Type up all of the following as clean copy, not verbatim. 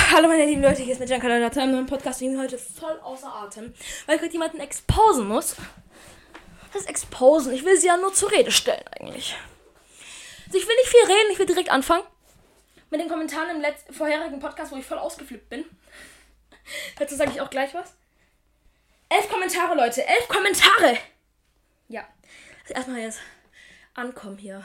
Hallo meine lieben Leute, hier ist mit Giancarlo zu einem neuen Podcast. Ich bin heute voll außer Atem, weil ich heute jemanden exposen muss. Das ist exposen. Ich will sie ja nur zur Rede stellen eigentlich. Also ich will nicht viel reden, ich will direkt anfangen. Mit den Kommentaren im vorherigen Podcast, wo ich voll ausgeflippt bin. Dazu sage ich auch gleich was. 11 Kommentare, Leute. 11 Kommentare! Ja. Also erstmal jetzt ankommen hier.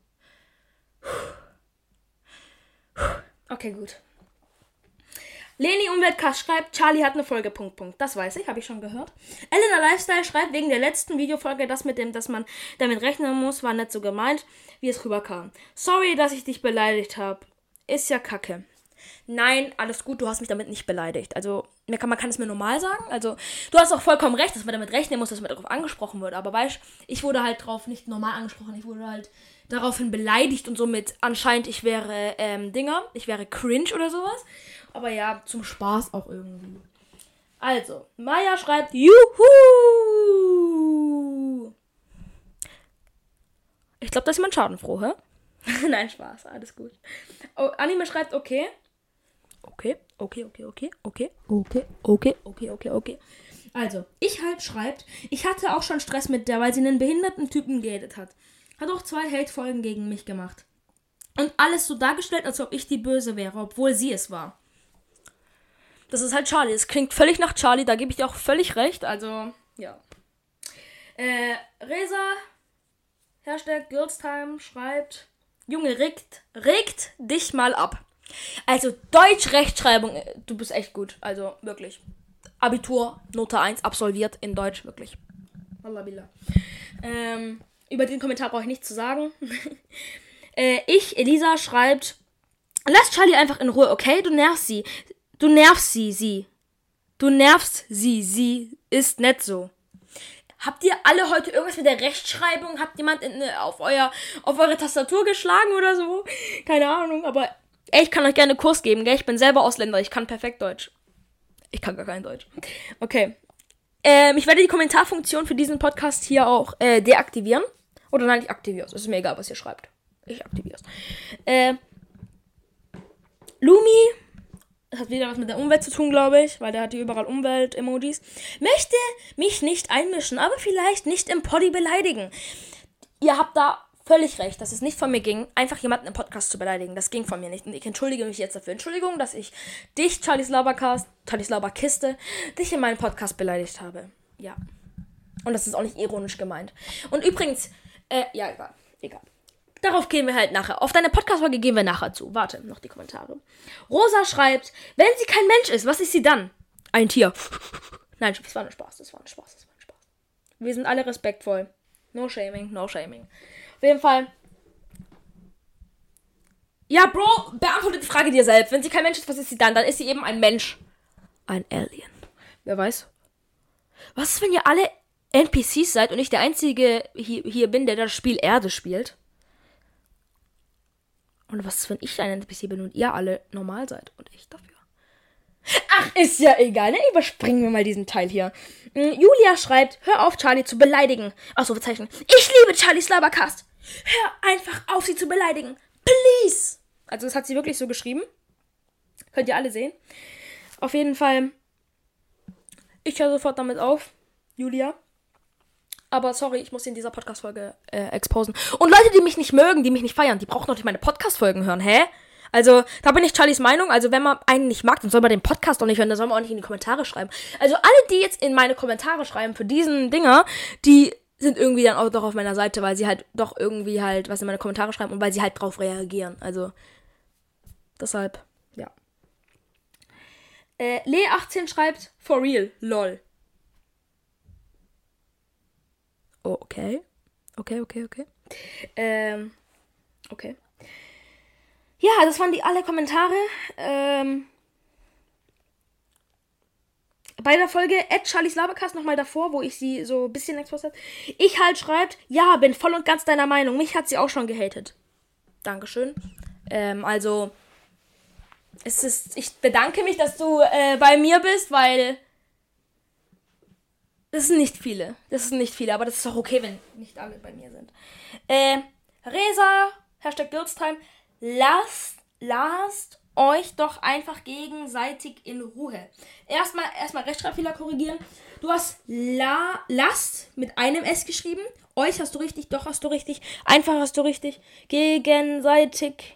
Okay, gut. Leni Umweltcast schreibt, Charlie hat eine Folge, .. Das weiß ich, habe ich schon gehört. Elena Lifestyle schreibt, wegen der letzten Videofolge, das mit dem, dass man damit rechnen muss, war nicht so gemeint, wie es rüberkam. Sorry, dass ich dich beleidigt habe. Ist ja kacke. Nein, alles gut, du hast mich damit nicht beleidigt. Also, man kann es mir normal sagen. Also, du hast auch vollkommen recht, dass man damit rechnen muss, dass man darauf angesprochen wird. Aber weißt, ich wurde halt drauf nicht normal angesprochen. Ich wurde halt daraufhin beleidigt und somit anscheinend, ich wäre cringe oder sowas. Aber ja, zum Spaß auch irgendwie. Also, Maya schreibt, Juhu! Ich glaube, da ist jemand schadenfroh, hä? Nein, Spaß, alles gut. Oh, Anime schreibt, okay. Okay. Also, ich halt schreibt, ich hatte auch schon Stress mit der, weil sie einen behinderten Typen gehatet hat. Hat auch 2 Hate-Folgen gegen mich gemacht. Und alles so dargestellt, als ob ich die Böse wäre, obwohl sie es war. Das ist halt Charlie. Es klingt völlig nach Charlie, da gebe ich dir auch völlig recht. Also, ja. Reza, #GirlsTime schreibt, Junge, regt dich mal ab. Also, Deutsch-Rechtschreibung, du bist echt gut. Also, wirklich. Abitur, Note 1, absolviert in Deutsch, wirklich. Wallabillah. Über den Kommentar brauche ich nichts zu sagen. Elisa schreibt, lass Charlie einfach in Ruhe, okay? Du nervst sie. Du nervst sie. Sie ist nicht so. Habt ihr alle heute irgendwas mit der Rechtschreibung? Habt jemand auf eure Tastatur geschlagen oder so? Keine Ahnung, aber ich kann euch gerne einen Kurs geben, gell? Ich bin selber Ausländer, ich kann perfekt Deutsch. Ich kann gar kein Deutsch. Okay. Ich werde die Kommentarfunktion für diesen Podcast hier auch deaktivieren. Oder nein, ich aktiviere es. Es ist mir egal, was ihr schreibt. Ich aktiviere es. Lumi, das hat wieder was mit der Umwelt zu tun, glaube ich, weil der hat hier überall Umwelt-Emojis. Möchte mich nicht einmischen, aber vielleicht nicht im Poddy beleidigen. Ihr habt da völlig recht, dass es nicht von mir ging, einfach jemanden im Podcast zu beleidigen. Das ging von mir nicht. Und ich entschuldige mich jetzt dafür. Entschuldigung, dass ich dich, Charlies Laberkiste, dich in meinem Podcast beleidigt habe. Ja. Und das ist auch nicht ironisch gemeint. Und übrigens, ja, egal. Darauf gehen wir halt nachher. Auf deine Podcast-Folge gehen wir nachher zu. Warte, noch die Kommentare. Rosa schreibt, wenn sie kein Mensch ist, was ist sie dann? Ein Tier. Nein, das war ein Spaß. Wir sind alle respektvoll. No shaming. Auf jeden Fall. Ja, Bro, beantworte die Frage dir selbst. Wenn sie kein Mensch ist, was ist sie dann? Dann ist sie eben ein Mensch. Ein Alien. Wer weiß. Was ist, wenn ihr alle NPCs seid und ich der Einzige hier bin, der das Spiel Erde spielt? Und was ist, wenn ich ein NPC bin und ihr alle normal seid und ich dafür? Ach, ist ja egal, ne? Überspringen wir mal diesen Teil hier. Julia schreibt, hör auf, Charlie zu beleidigen. Achso, Verzeichnen. Ich liebe Charlies Labercast. Hör einfach auf, sie zu beleidigen. Please. Also das hat sie wirklich so geschrieben. Könnt ihr alle sehen. Auf jeden Fall. Ich höre sofort damit auf, Julia. Aber sorry, ich muss in dieser Podcast-Folge exposen. Und Leute, die mich nicht mögen, die mich nicht feiern, die brauchen doch nicht meine Podcast-Folgen hören, hä? Also, da bin ich Charlies Meinung. Also, wenn man einen nicht mag, dann soll man den Podcast doch nicht hören. Dann soll man auch nicht in die Kommentare schreiben. Also, alle, die jetzt in meine Kommentare schreiben für diesen Dinger, die sind irgendwie dann auch doch auf meiner Seite, weil sie halt doch irgendwie halt was in meine Kommentare schreiben und weil sie halt drauf reagieren. Also, deshalb, ja. Le18 schreibt, for real, lol. Oh, okay. Okay. Ja, das waren alle Kommentare. Bei der Folge Charlies Labercast nochmal davor, wo ich sie so ein bisschen exposed habe. Ich halt schreibt, ja, bin voll und ganz deiner Meinung. Mich hat sie auch schon gehatet. Dankeschön. Also, ich bedanke mich, dass du bei mir bist, weil das sind nicht viele, aber das ist auch okay, wenn nicht alle bei mir sind. Reza, #GirlsTime, last euch doch einfach gegenseitig in Ruhe. Erstmal Rechtschreibfehler korrigieren. Du hast lasst mit einem S geschrieben. Euch hast du richtig, doch hast du richtig. Einfach hast du richtig. Gegenseitig.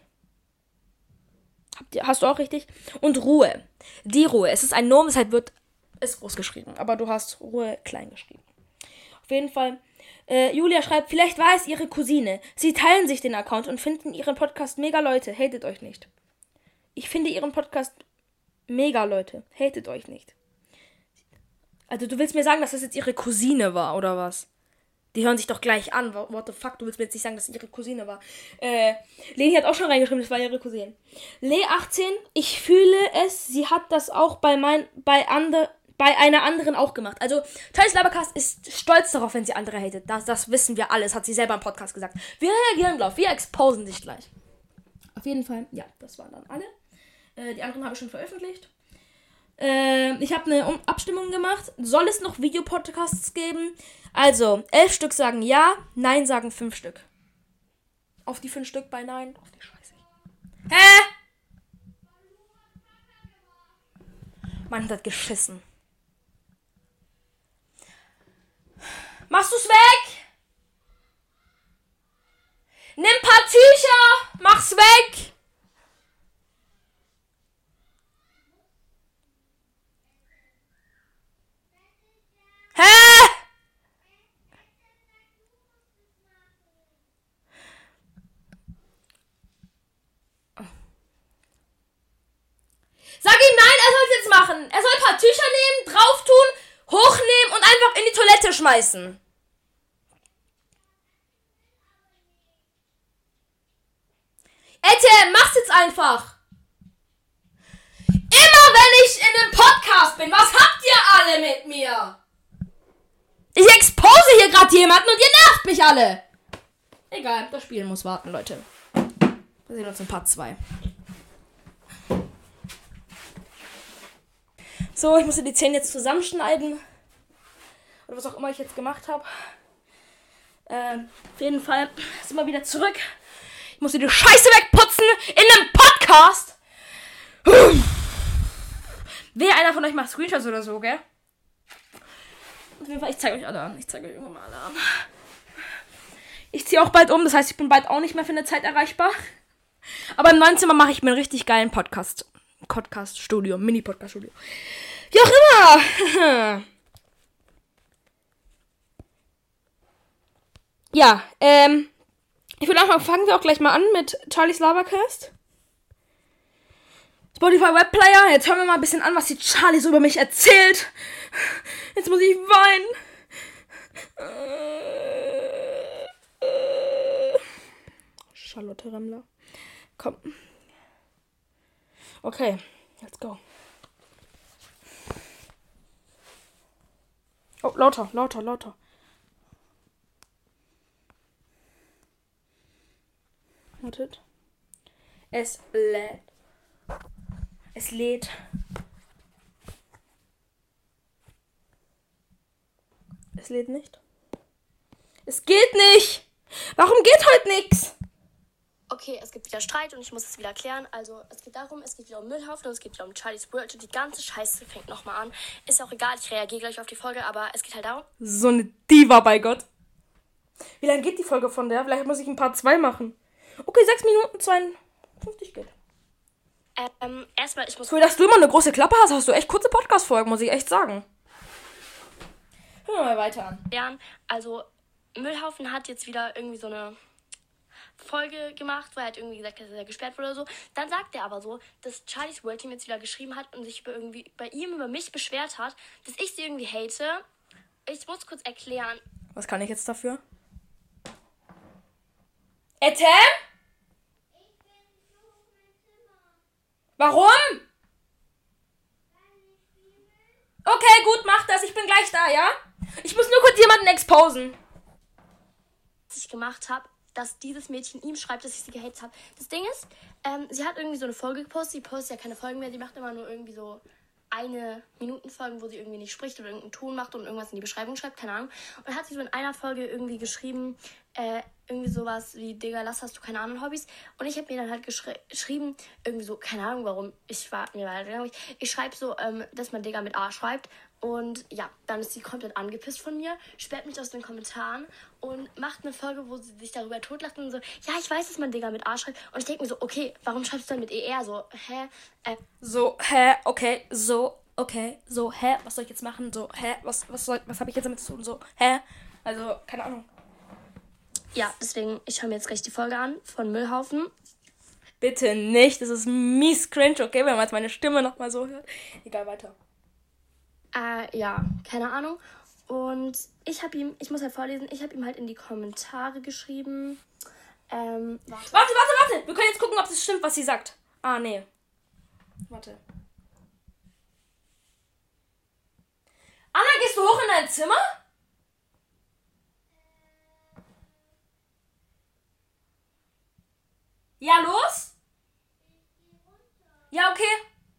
Hast du auch richtig. Und Ruhe. Die Ruhe. Es ist ein Nomen, deshalb wird es groß geschrieben. Aber du hast Ruhe klein geschrieben. Auf jeden Fall. Julia schreibt, vielleicht war es ihre Cousine. Sie teilen sich den Account und finden ihren Podcast mega, Leute. Hatet euch nicht. Ich finde ihren Podcast mega, Leute. Hatet euch nicht. Also du willst mir sagen, dass das jetzt ihre Cousine war, oder was? Die hören sich doch gleich an. What the fuck? Du willst mir jetzt nicht sagen, dass es ihre Cousine war. Leni hat auch schon reingeschrieben, das war ihre Cousine. Le18, ich fühle es. Sie hat das auch bei einer anderen auch gemacht. Also, Charlie's Labercast ist stolz darauf, wenn sie andere hatet. Das wissen wir alles, hat sie selber im Podcast gesagt. Wir reagieren drauf, wir exposen dich gleich. Auf jeden Fall, ja, das waren dann alle. Die anderen habe ich schon veröffentlicht. Ich habe eine Abstimmung gemacht. Soll es noch Videopodcasts geben? Also, 11 Stück sagen ja, nein sagen 5 Stück. Auf die 5 Stück bei nein. Auf die Scheiße. Hä? Mann hat geschissen. Machst du's weg? Nimm ein paar Tücher. Mach's weg. Hä? Sag ihm nein, er soll es jetzt machen. Er soll ein paar Tücher nehmen, drauf tun, hochnehmen und einfach in die Toilette schmeißen. Etienne, mach's jetzt einfach. Immer wenn ich in einem Podcast bin, was habt ihr alle mit mir? Ich expose hier gerade jemanden und ihr nervt mich alle. Egal, das Spiel muss warten, Leute. Wir sehen uns in Part 2. So, ich muss die Zähne jetzt zusammenschneiden. Oder was auch immer ich jetzt gemacht habe. Auf jeden Fall sind wir wieder zurück. Ich muss die Scheiße wegputzen in einem Podcast. Wer einer von euch macht Screenshots oder so, gell? Auf jeden Fall, ich zeige euch alle an. Ich zeige euch irgendwann mal alle an. Ich ziehe auch bald um, das heißt, ich bin bald auch nicht mehr für eine Zeit erreichbar. Aber im neuen Zimmer mache ich mir einen richtig geilen Podcast-Studio, Mini-Podcast-Studio. Wie auch immer. Ja, ich würde einfach, fangen wir auch gleich mal an mit Charlie's Labercast. Spotify Webplayer, jetzt hören wir mal ein bisschen an, was die Charlie so über mich erzählt. Jetzt muss ich weinen. Charlotte Remmler. Komm. Okay, let's go. Oh, lauter. Wartet. Es lädt. Es lädt. Es lädt nicht. Es geht nicht. Warum geht heute nichts? Okay, es gibt wieder Streit und ich muss es wieder klären. Also, es geht wieder um Müllhaufen und es geht wieder um Charlie's World. Und die ganze Scheiße fängt nochmal an. Ist auch egal, ich reagiere gleich auf die Folge, aber es geht halt darum. So eine Diva, bei Gott. Wie lange geht die Folge von der? Vielleicht muss ich ein Part 2 machen. Okay, 6 Minuten 52 geht. Erstmal, ich muss... Für dass du immer eine große Klappe hast du echt kurze Podcast-Folgen, muss ich echt sagen. Hören wir mal weiter an. Ja, also, Müllhaufen hat jetzt wieder irgendwie so eine Folge gemacht, wo er halt irgendwie gesagt hat, dass er gesperrt wurde oder so. Dann sagt er aber so, dass Charlie's World Team jetzt wieder geschrieben hat und sich über mich beschwert hat, dass ich sie irgendwie hate. Ich muss kurz erklären. Was kann ich jetzt dafür? Etienne? Warum? Okay, gut, mach das. Ich bin gleich da, ja? Ich muss nur kurz jemanden exposen. Was ich gemacht habe, dass dieses Mädchen ihm schreibt, dass ich sie gehatet habe. Das Ding ist, sie hat irgendwie so eine Folge gepostet. Sie postet ja keine Folgen mehr. Sie macht immer nur irgendwie so 1-Minuten-Folgen, wo sie irgendwie nicht spricht oder irgendeinen Ton macht und irgendwas in die Beschreibung schreibt. Keine Ahnung. Und dann hat sie so in einer Folge irgendwie geschrieben, irgendwie sowas wie, Digga, hast du keine anderen Hobbys? Und ich habe mir dann halt geschrieben, irgendwie so, keine Ahnung warum, ich schreibe so, dass man Digga mit A schreibt. Und ja, dann ist sie komplett angepisst von mir, sperrt mich aus den Kommentaren und macht eine Folge, wo sie sich darüber totlacht und so, ja, ich weiß, dass man Digga mit A schreibt. Und ich denke mir so, okay, warum schreibst du dann mit ER? So, okay, was soll ich jetzt machen? So, was habe ich jetzt damit zu tun? So, also, keine Ahnung. Ja, deswegen, ich schaue mir jetzt gleich die Folge an von Müllhaufen. Bitte nicht, das ist mies cringe, okay, wenn man jetzt meine Stimme nochmal so hört. Egal, weiter. Ja, keine Ahnung. Und ich muss halt vorlesen, ich habe ihm halt in die Kommentare geschrieben. Warte. Wir können jetzt gucken, ob es stimmt, was sie sagt. Ah, nee. Warte. Anna, gehst du hoch in dein Zimmer? Ja, los? Ja, okay.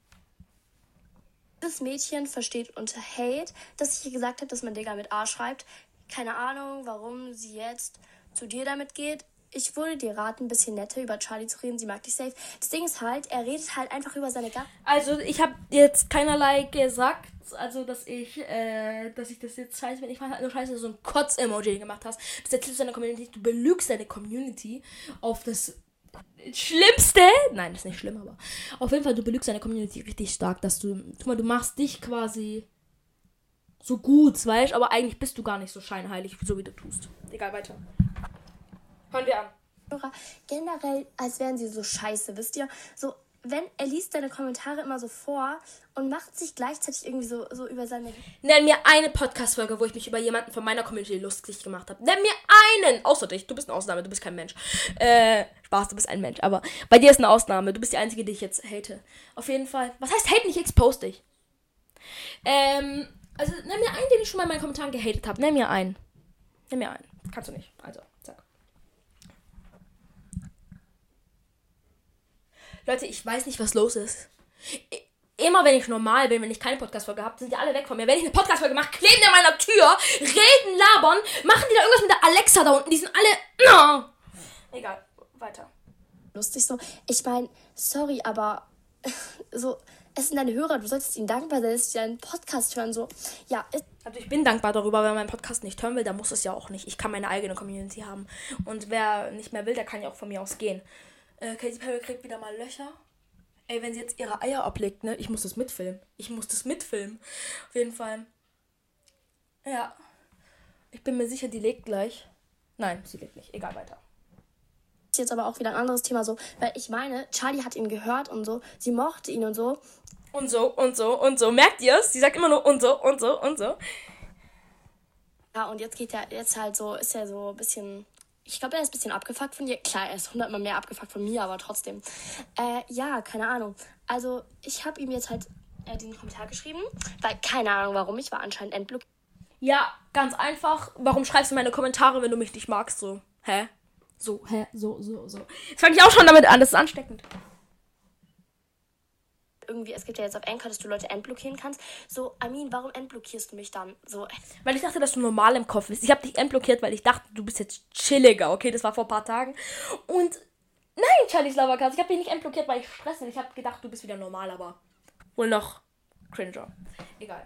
Das Mädchen versteht unter Hate, dass ich ihr gesagt habe, dass man Digga mit A schreibt. Keine Ahnung, warum sie jetzt zu dir damit geht. Ich würde dir raten, ein bisschen netter über Charlie zu reden. Sie mag dich safe. Das Ding ist halt, er redet halt einfach über seine Also, ich habe jetzt keinerlei gesagt, also, dass ich das jetzt scheiße bin. Ich fand halt nur scheiße, dass du so ein Kotz-Emoji gemacht hast. Das erzählst du deiner Community, du belügst deine Community auf das Schlimmste. Nein, das ist nicht schlimm, aber auf jeden Fall, du belügst deine Community richtig stark, dass du, guck mal, du machst dich quasi so gut, weißt, aber eigentlich bist du gar nicht so scheinheilig, so wie du tust. Egal, weiter. Hören wir an. Generell, als wären sie so scheiße, wisst ihr? So, er liest deine Kommentare immer so vor und macht sich gleichzeitig irgendwie so über seine... Nenn mir eine Podcast-Folge, wo ich mich über jemanden von meiner Community lustig gemacht habe. Nenn mir einen! Außer dich. Du bist eine Ausnahme, du bist kein Mensch. Spaß, du bist ein Mensch. Aber bei dir ist eine Ausnahme. Du bist die Einzige, die ich jetzt hate. Auf jeden Fall. Was heißt hate nicht? Expose dich. Also, nenn mir einen, den ich schon mal in meinen Kommentaren gehatet habe. Nenn mir einen. Kannst du nicht. Also, zack. Leute, ich weiß nicht, was los ist. Immer wenn ich normal bin, wenn ich keine Podcast-Folge habe, sind die alle weg von mir. Wenn ich eine Podcast-Folge mache, kleben die an meiner Tür, reden, labern, machen die da irgendwas mit der Alexa da unten. Die sind alle... Oh. Egal, weiter. Lustig so. Ich meine, sorry, aber so, es sind deine Hörer. Du solltest ihnen dankbar sein, dass sie deinen Podcast hören. So, ja. Also ich bin dankbar darüber, wenn man meinen Podcast nicht hören will, dann muss es ja auch nicht. Ich kann meine eigene Community haben. Und wer nicht mehr will, der kann ja auch von mir aus gehen. Katy Perry kriegt wieder mal Löcher. Ey, wenn sie jetzt ihre Eier ablegt, ne? Ich muss das mitfilmen. Auf jeden Fall. Ja. Ich bin mir sicher, die legt gleich. Nein, sie legt nicht. Egal, weiter. Ist jetzt aber auch wieder ein anderes Thema so. Weil ich meine, Charlie hat ihn gehört und so. Sie mochte ihn und so. Und so. Merkt ihr es? Sie sagt immer nur und so. Ja, und jetzt ist er so ein bisschen... Ich glaube, er ist ein bisschen abgefuckt von dir. Klar, er ist 100-mal mehr abgefuckt von mir, aber trotzdem. Ja, keine Ahnung. Also, ich habe ihm jetzt halt den Kommentar geschrieben, weil keine Ahnung warum, ich war anscheinend entblockiert. Ja, ganz einfach. Warum schreibst du meine Kommentare, wenn du mich nicht magst? So, hä? So. Jetzt fange ich auch schon damit an, das ist ansteckend. Irgendwie, es gibt ja jetzt auf Anchor, dass du Leute entblockieren kannst. So, warum entblockierst du mich dann? So. Weil ich dachte, dass du normal im Kopf bist. Ich habe dich entblockiert, weil ich dachte, du bist jetzt chilliger. Okay, das war vor ein paar Tagen. Und nein, Charlie's Lovercast, ich habe dich nicht entblockiert, weil ich stresse. Ich habe gedacht, du bist wieder normal, aber wohl noch cringer. Egal.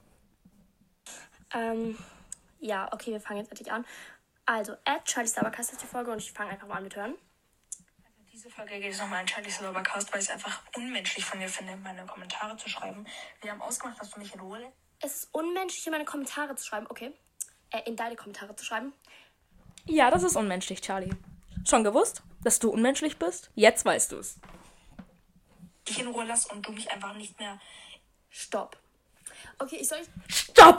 Ja, okay, wir fangen jetzt endlich an. Also, Charlie's Lovercast ist die Folge und ich fange einfach mal an mit Hören. Diese Folge geht es nochmal an Charlie's Lovercast, weil ich es einfach unmenschlich von dir finde, meine Kommentare zu schreiben. Wir haben ausgemacht, dass du mich in Ruhe lässt. Es ist unmenschlich, in meine Kommentare zu schreiben, okay? In deine Kommentare zu schreiben. Ja, das ist unmenschlich, Charlie. Schon gewusst, dass du unmenschlich bist? Jetzt weißt du es. Dich in Ruhe lass und du mich einfach nicht mehr... Stopp. Okay, Stopp!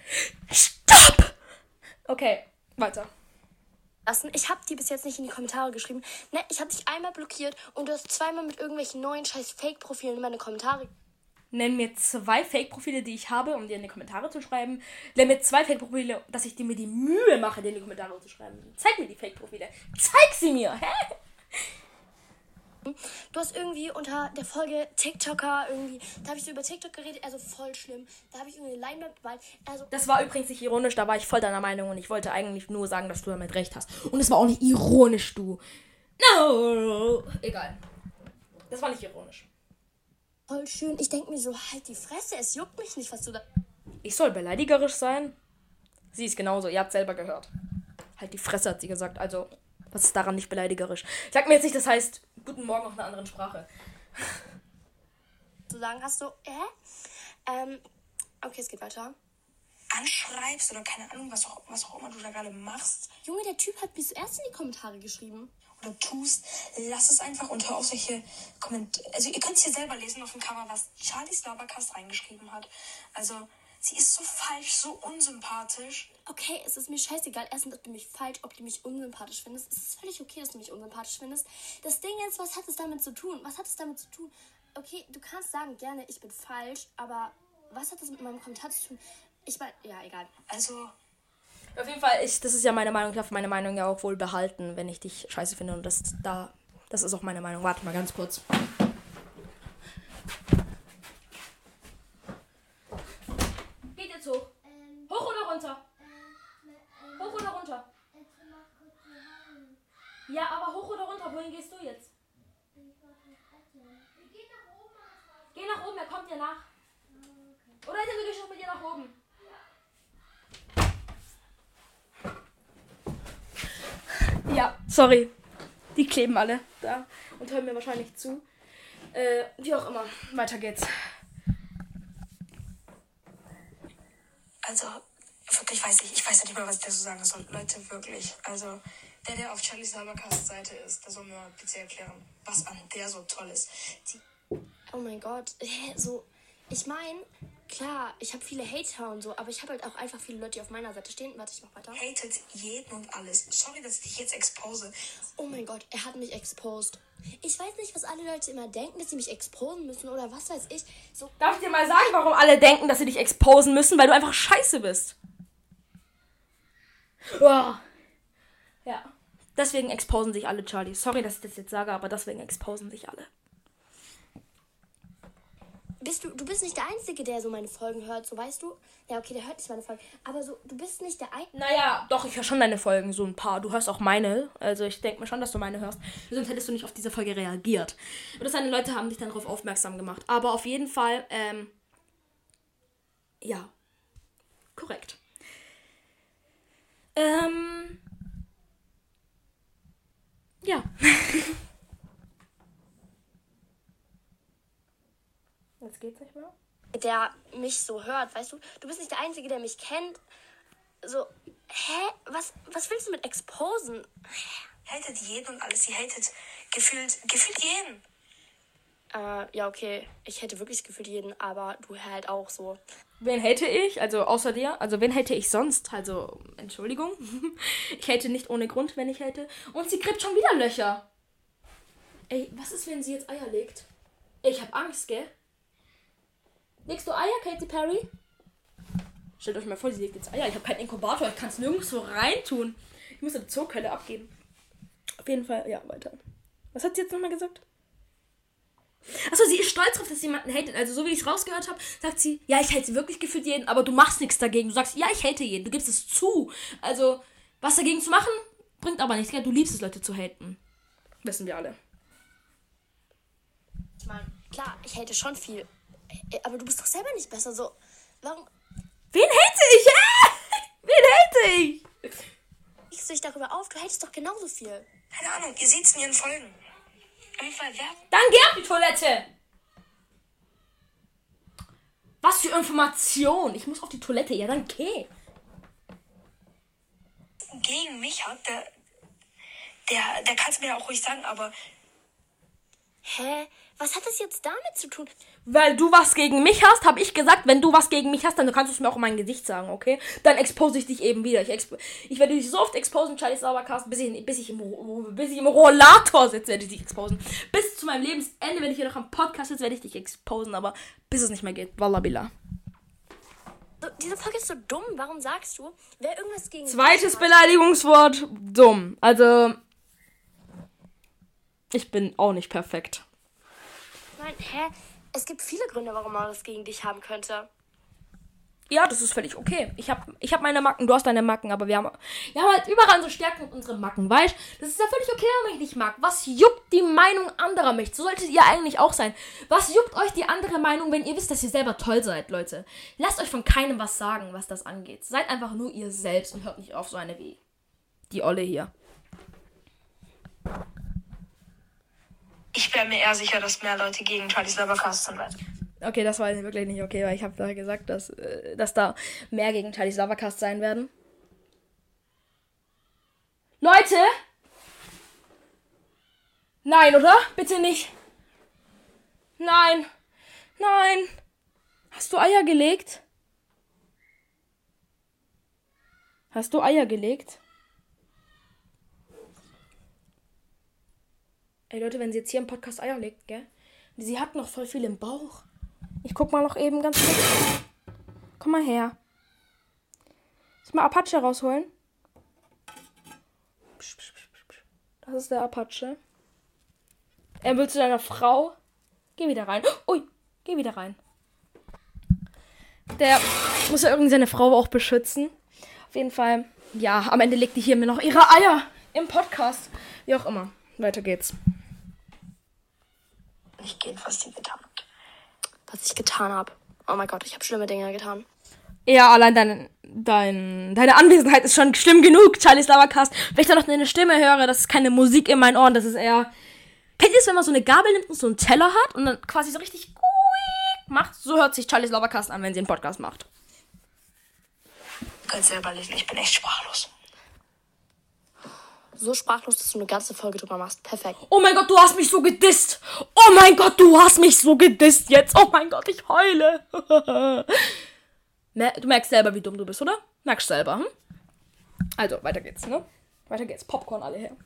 Okay, weiter. Ich habe die bis jetzt nicht in die Kommentare geschrieben. Ne, ich habe dich einmal blockiert und du hast zweimal mit irgendwelchen neuen scheiß Fake-Profilen in meine Kommentare. Nenn mir 2 Fake-Profile, die ich habe, um dir in die Kommentare zu schreiben. Nenn mir 2 Fake-Profile, dass ich mir die Mühe mache, dir in die Kommentare zu schreiben. Zeig mir die Fake-Profile. Zeig sie mir! Hä? Du hast irgendwie unter der Folge TikToker irgendwie, da habe ich so über TikTok geredet, also voll schlimm. Da habe ich irgendwie eine Leinwand gemalt. Also Das war übrigens nicht ironisch, da war ich voll deiner Meinung und ich wollte eigentlich nur sagen, dass du damit recht hast. Und es war auch nicht ironisch, du. No! Egal. Das war nicht ironisch. voll schön. Ich denke mir so, halt die Fresse, es juckt mich nicht, was du da... Ich soll beleidigerisch sein? Sie ist genauso, ihr habt selber gehört. Halt die Fresse, hat sie gesagt. Also, was ist daran nicht beleidigerisch? Sag mir jetzt nicht, das heißt, guten Morgen auf einer anderen Sprache. zu sagen hast, so, okay, es geht weiter. Anschreibst oder keine Ahnung, was auch immer du da gerade machst Junge, der Typ hat mir zuerst in die Kommentare geschrieben. oder tust, lass es einfach und hör auf solche Kommentare. Also ihr könnt es hier selber lesen auf dem Cover, was Charlies Labercast reingeschrieben hat. Also sie ist so falsch, so unsympathisch. Okay, es ist mir scheißegal. Erstens, ob du mich falsch, ob du mich unsympathisch findest. Es ist völlig okay, dass du mich unsympathisch findest. Das Ding ist, was hat es damit zu tun? Was hat es damit zu tun? Okay, du kannst sagen, gerne, ich bin falsch, aber was hat das mit meinem Kommentar zu tun? Ich meine, ja, egal. Also Auf jeden Fall, das ist ja meine Meinung. Ich darf meine Meinung ja auch wohl behalten, wenn ich dich scheiße finde. Und das ist auch meine Meinung. Warte mal ganz kurz. Geht jetzt hoch? Hoch oder runter? Hoch oder runter? Ja, aber hoch oder runter? Wohin gehst du jetzt? Geh nach oben, er kommt dir nach. Oder hätte du gehst mit dir nach oben? Ja, sorry. Die kleben alle da und hören mir wahrscheinlich zu. Wie auch immer. Weiter geht's. Also, wirklich ich weiß nicht mal, was ich dazu sagen soll. Leute, wirklich. Also, der auf Charlies Labercast-Seite ist, der soll mir bitte erklären, was an der so toll ist. Oh mein Gott. So, ich meine, klar, ich habe viele Hater und so, aber ich habe halt auch einfach viele Leute, die auf meiner Seite stehen. Warte, ich mach weiter. Hatet jeden und alles. Sorry, dass ich dich jetzt expose. Oh mein Gott, er hat mich exposed. Ich weiß nicht, was alle Leute immer denken, dass sie mich exposen müssen oder was weiß ich. So, Darf ich dir mal sagen, warum alle denken, dass sie dich exposen müssen? Weil du einfach scheiße bist. Boah. Ja. Deswegen exposen sich alle, Charlie. Sorry, dass ich das jetzt sage, aber deswegen exposen sich alle. du bist nicht der Einzige, der so meine Folgen hört, so weißt du? Ja, okay, der hört nicht meine Folgen. Aber so, du bist nicht der Einzige. Naja, doch, ich höre schon deine Folgen, so ein paar. Du hörst auch meine. Also ich denke mir schon, dass du meine hörst. Sonst hättest du nicht auf diese Folge reagiert. Und deine Leute haben dich dann darauf aufmerksam gemacht. Aber auf jeden Fall, ja. Korrekt. Ja. Jetzt geht's nicht mehr. Der mich so hört, weißt du? Du bist nicht der Einzige, der mich kennt. So, was willst du mit exposen? Hatet jeden und alles. Sie hatet gefühlt jeden. Ja, okay. Ich hätte wirklich gefühlt jeden, aber du halt auch so. Wen hate ich? Also außer dir. Also wen hate ich sonst? Also, Entschuldigung. Ich hate nicht ohne Grund, wenn ich hate. Und sie gräbt schon wieder Löcher. Ey, was ist, wenn sie jetzt Eier legt? Ey, ich hab Angst, gell? Legst du Eier, Katy Perry? Stellt euch mal vor, sie legt jetzt Eier. Ich habe keinen Inkubator, ich kann es nirgendwo reintun. Ich muss eine Zookeule abgeben. Auf jeden Fall, ja, weiter. Was hat sie jetzt nochmal gesagt? Achso, sie ist stolz darauf, dass sie jemanden hatet. Also, so wie ich es rausgehört habe, sagt sie, ja, ich hate wirklich gefühlt jeden, aber du machst nichts dagegen. Du sagst, ja, ich hate jeden. Du gibst es zu. Also, was dagegen zu machen, bringt aber nichts, gell? Du liebst es, Leute zu haten. Wissen wir alle. Ich meine, klar, ich hate schon viel. Aber du bist doch selber nicht besser, so. Warum Wen hate ich? Wen hate ich? regst du dich darüber auf? Du hatest doch genauso viel. Keine Ahnung, ihr seht's in ihren Folgen. Auf jeden Fall, Dann geh auf die Toilette. Was für Information. Ich muss auf die Toilette. Ja, dann geh. gegen mich hat, der kann es mir ja auch ruhig sagen, aber Hä? Was hat das jetzt damit zu tun? Weil du was gegen mich hast, habe ich gesagt, wenn du was gegen mich hast, dann kannst du es mir auch in mein Gesicht sagen, okay? Dann expose ich dich eben wieder. Ich werde dich so oft exposen, Charlie Saubercast, bis ich im Rollator sitze, werde ich dich exposen. Bis zu meinem Lebensende, wenn ich hier noch am Podcast sitze, werde ich dich exposen, aber bis es nicht mehr geht. Wallabilla. So, diese Folge ist so dumm. Warum sagst du, wer irgendwas gegen... Zweites Beleidigungswort, dumm. Also... Ich bin auch nicht perfekt. Nein, es gibt viele Gründe, warum man das gegen dich haben könnte. Ja, das ist völlig okay. Ich hab meine Macken, du hast deine Macken, aber wir haben halt überall unsere Stärken und unsere Macken, weißt? Das ist ja völlig okay, wenn man mich nicht mag. Was juckt die Meinung anderer mich? So solltet ihr eigentlich auch sein. Was juckt euch die andere Meinung, wenn ihr wisst, dass ihr selber toll seid, Leute? Lasst euch von keinem was sagen, was das angeht. Seid einfach nur ihr selbst und hört nicht auf so eine wie die Olle hier. Ich wäre mir eher sicher, dass mehr Leute gegen Charlies Labercast sind werden. Okay, das war wirklich nicht okay, weil ich habe da gesagt, dass da mehr gegen Charlies Labercast sein werden. Leute! Nein, oder? Bitte nicht. Nein. Nein. Hast du Eier gelegt? Hast du Eier gelegt? Ey Leute, wenn sie jetzt hier im Podcast Eier legt, gell? Sie hat noch voll viel im Bauch. Ich guck mal noch eben ganz kurz. Komm mal her. Soll ich mal Apache rausholen? Das ist der Apache. Er will zu deiner Frau. Geh wieder rein. Ui, geh wieder rein. Der muss ja irgendwie seine Frau auch beschützen. Auf jeden Fall, ja, am Ende legt die hier mir noch ihre Eier im Podcast. Wie auch immer. Weiter geht's. Nicht gehen, was sie getan hat. Was ich getan habe. Oh mein Gott, ich habe schlimme Dinge getan. Ja, allein deine Anwesenheit ist schon schlimm genug, Charlies Labercast. Wenn ich da noch eine Stimme höre, das ist keine Musik in meinen Ohren, das ist eher... Kennt ihr es, wenn man so eine Gabel nimmt und so einen Teller hat und dann quasi so richtig macht? So hört sich Charlies Labercast an, wenn sie einen Podcast macht. Du kannst selber lesen, ich bin echt sprachlos. So sprachlos, dass du eine ganze Folge drüber machst. Perfekt. Oh mein Gott, du hast mich so gedisst. Oh mein Gott, du hast mich so gedisst jetzt. Oh mein Gott, ich heule. Du merkst selber, wie dumm du bist, oder? Merkst selber, hm? Also, weiter geht's, ne? Weiter geht's. Popcorn alle her.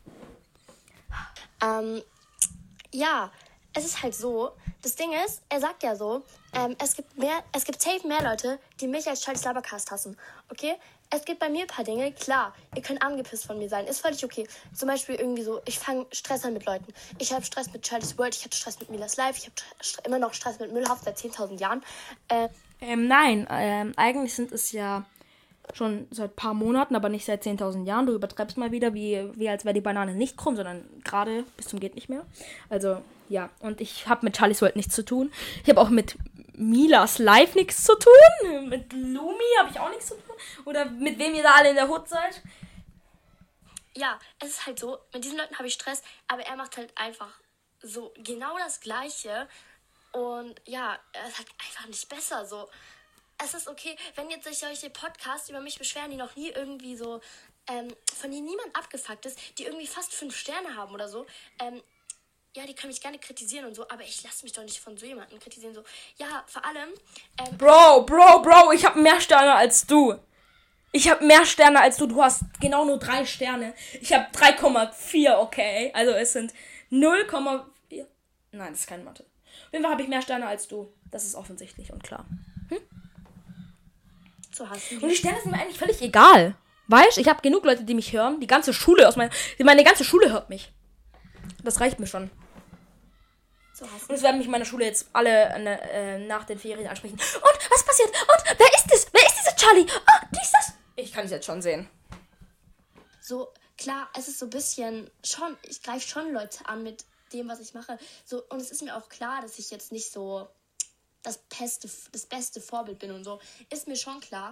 Ja, es ist halt so. Das Ding ist, er sagt ja so, es gibt safe mehr Leute, die mich als Charlies Labercast hassen. Okay? Es gibt bei mir ein paar Dinge, klar, ihr könnt angepisst von mir sein, ist völlig okay. Zum Beispiel irgendwie so, ich fange Stress an mit Leuten. Ich habe Stress mit Charlie's World, ich hatte Stress mit Milas Life, ich habe immer noch Stress mit Müllhaus seit 10.000 Jahren. Nein, eigentlich sind es ja schon seit ein paar Monaten, aber nicht seit 10.000 Jahren. Du übertreibst mal wieder, wie als wäre die Banane nicht krumm, sondern gerade bis zum geht nicht mehr. Also, ja, und ich habe mit Charlie's World nichts zu tun. Ich habe auch mit Milas Life nichts zu tun. Mit Lumi habe ich auch nichts zu tun. Oder mit wem ihr da alle in der Hut seid. Ja, es ist halt so, mit diesen Leuten habe ich Stress, aber er macht halt einfach so genau das Gleiche. Und ja, er ist halt einfach nicht besser so. Es ist okay, wenn jetzt sich solche Podcasts über mich beschweren, die noch nie irgendwie so, von denen niemand abgefuckt ist, die irgendwie fast 5 Sterne haben oder so, ja, die können mich gerne kritisieren und so, aber ich lasse mich doch nicht von so jemandem kritisieren, so. Ja, vor allem, Bro, ich habe mehr Sterne als du. Ich habe mehr Sterne als du. Du hast genau nur 3 Sterne. Ich habe 3,4, okay? Also es sind 0,4. Nein, das ist keine Mathe. Auf jeden Fall habe ich mehr Sterne als du. Das ist offensichtlich und klar. so hassen Und die Sterne sind mir eigentlich völlig egal. Weißt du, ich habe genug Leute, die mich hören. Die ganze Schule meine ganze Schule hört mich. Das reicht mir schon. so hassen Und es werden mich in meiner Schule jetzt alle nach den Ferien ansprechen. Und, was passiert? Und, wer ist das? Wer ist dieser Charlie? Ah, die ist das. Ich kann es jetzt schon sehen. So, klar, es ist so ein bisschen schon, ich greife schon Leute an mit dem, was ich mache. So, und es ist mir auch klar, dass ich jetzt nicht so das beste Vorbild bin und so. Ist mir schon klar.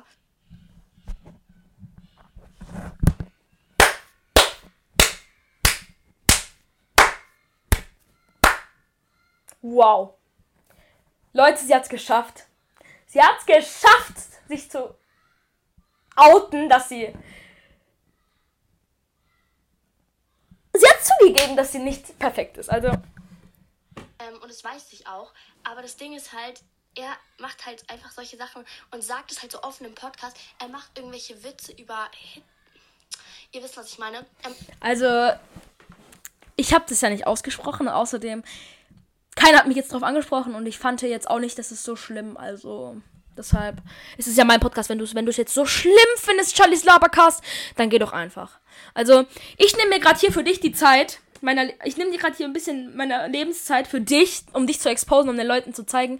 Wow. Leute, sie hat's geschafft. Sie hat's geschafft, sich zu outen, dass sie... Sie hat zugegeben, dass sie nicht perfekt ist. Also... Und das weiß ich auch. Aber das Ding ist halt, er macht halt einfach solche Sachen und sagt es halt so offen im Podcast. Er macht irgendwelche Witze über... Ihr wisst, was ich meine. Also, ich habe das ja nicht ausgesprochen. Außerdem, keiner hat mich jetzt drauf angesprochen und ich fand jetzt auch nicht, dass es so schlimm. Also, deshalb ist es ja mein Podcast. Wenn du es jetzt so schlimm findest, Charlies Labercast, dann geh doch einfach. Also, ich nehme mir gerade hier für dich die Zeit, ich nehme dir gerade hier ein bisschen meiner Lebenszeit für dich, um dich zu exposen, um den Leuten zu zeigen,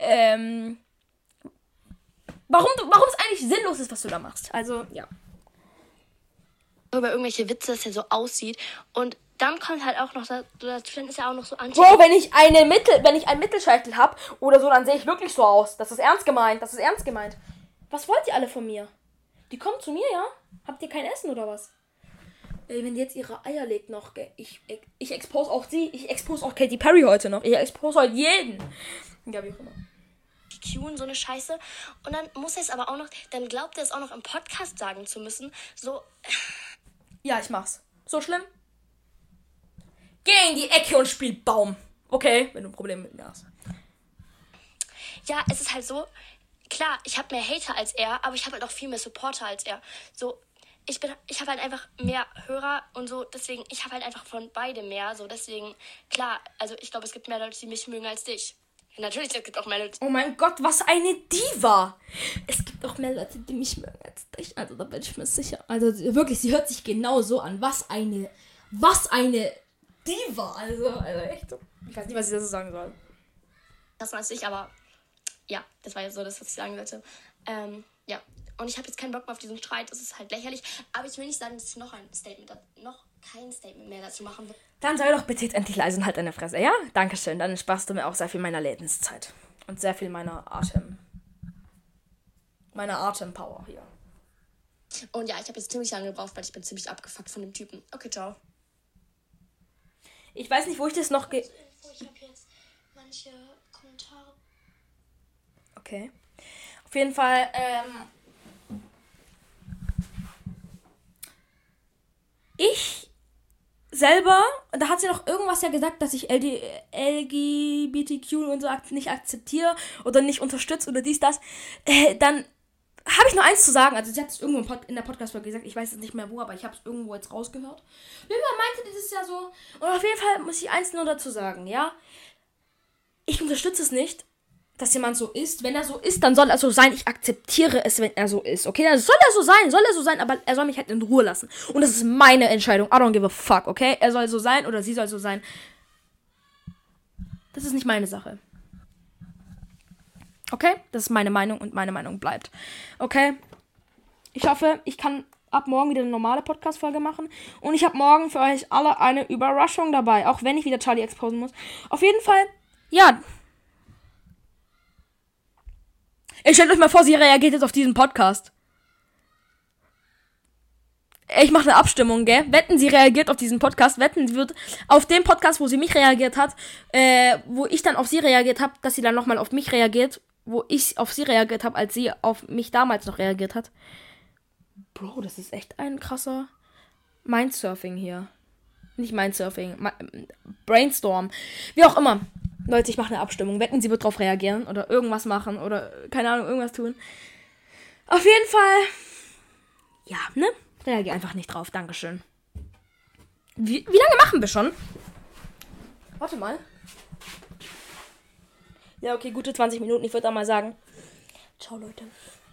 warum es eigentlich sinnlos ist, was du da machst. Also, ja. Über irgendwelche Witze, dass er so aussieht. Und dann kommt halt auch noch, dann ist ja auch noch so Bro, wenn ich einen Mittelscheitel hab oder so, dann sehe ich wirklich so aus. Das ist ernst gemeint. Was wollt ihr alle von mir? Die kommen zu mir, ja? Habt ihr kein Essen oder was? Ey, wenn die jetzt ihre Eier legt noch, gell? Ich expose auch sie. Ich expose auch Katy Perry heute noch. Ich expose heute jeden. Ja, wie auch immer. und so eine Scheiße. Und dann muss er es aber auch noch, dann glaubt er es auch noch im Podcast sagen zu müssen. So. Ja, ich mach's. So schlimm? Geh in die Ecke und spiel Baum. Okay, wenn du ein Problem mit mir hast. Ja, es ist halt so, klar, ich habe mehr Hater als er, aber ich habe halt auch viel mehr Supporter als er. So, ich habe halt einfach mehr Hörer und so, deswegen, ich habe halt einfach von beidem mehr. So, deswegen, klar, also ich glaube, es gibt mehr Leute, die mich mögen als dich. Natürlich, es gibt auch mehr Leute. Oh mein Gott, was eine Diva. Es gibt auch mehr Leute, die mich mögen als dich. Also da bin ich mir sicher. Also wirklich, sie hört sich genau so an. Was eine Diva. Also echt. Ich weiß nicht, was ich dazu sagen soll. Das weiß ich, aber ja, das war jetzt so das, was ich sagen wollte. Ja, und ich habe jetzt keinen Bock mehr auf diesen Streit. Das ist halt lächerlich. Aber ich will nicht sagen, dass ich noch kein Statement mehr dazu machen will. Dann sei doch bitte jetzt endlich leise und halt deine Fresse, ja? Dankeschön, dann sparst du mir auch sehr viel meiner Lebenszeit. Und sehr viel meiner Atempower hier. Und ja, ich habe jetzt ziemlich lange gebraucht, weil ich bin ziemlich abgefuckt von dem Typen. Okay, ciao. Ich weiß nicht, wo ich das noch Ich habe jetzt manche Kommentare. Okay. Auf jeden Fall, ich selber, da hat sie noch irgendwas ja gesagt, dass ich LGBTQ und so nicht akzeptiere oder nicht unterstütze oder dies, das. Dann habe ich nur eins zu sagen. Also sie hat es irgendwo in der Podcast-Folge gesagt. Ich weiß jetzt nicht mehr wo, aber ich habe es irgendwo jetzt rausgehört. Irgendwann meinte das ist ja so. Und auf jeden Fall muss ich eins nur dazu sagen, ja. Ich unterstütze es nicht, dass jemand so ist. Wenn er so ist, dann soll er so sein. Ich akzeptiere es, wenn er so ist. Okay, dann soll er so sein, aber er soll mich halt in Ruhe lassen. Und das ist meine Entscheidung. I don't give a fuck, okay? Er soll so sein oder sie soll so sein. Das ist nicht meine Sache. Okay? Das ist meine Meinung und meine Meinung bleibt. Okay? Ich hoffe, ich kann ab morgen wieder eine normale Podcast-Folge machen. Und ich habe morgen für euch alle eine Überraschung dabei. Auch wenn ich wieder Charlie exposen muss. Auf jeden Fall, ja. Stellt euch mal vor, sie reagiert jetzt auf diesen Podcast. Ich mache eine Abstimmung, gell? Wetten, sie reagiert auf diesen Podcast. Wetten, sie wird auf dem Podcast, wo sie mich reagiert hat, wo ich dann auf sie reagiert habe, dass sie dann nochmal auf mich reagiert, wo ich auf sie reagiert habe, als sie auf mich damals noch reagiert hat. Bro, das ist echt ein krasser Mindsurfing hier. Nicht Mindsurfing, Brainstorm. Wie auch immer. Leute, ich mache eine Abstimmung. Wetten, sie wird drauf reagieren oder irgendwas machen oder, keine Ahnung, irgendwas tun. Auf jeden Fall, ja, ne? Reagier einfach nicht drauf. Dankeschön. Wie lange machen wir schon? Warte mal. Ja, okay, gute 20 Minuten. Ich würde da mal sagen, ciao, Leute.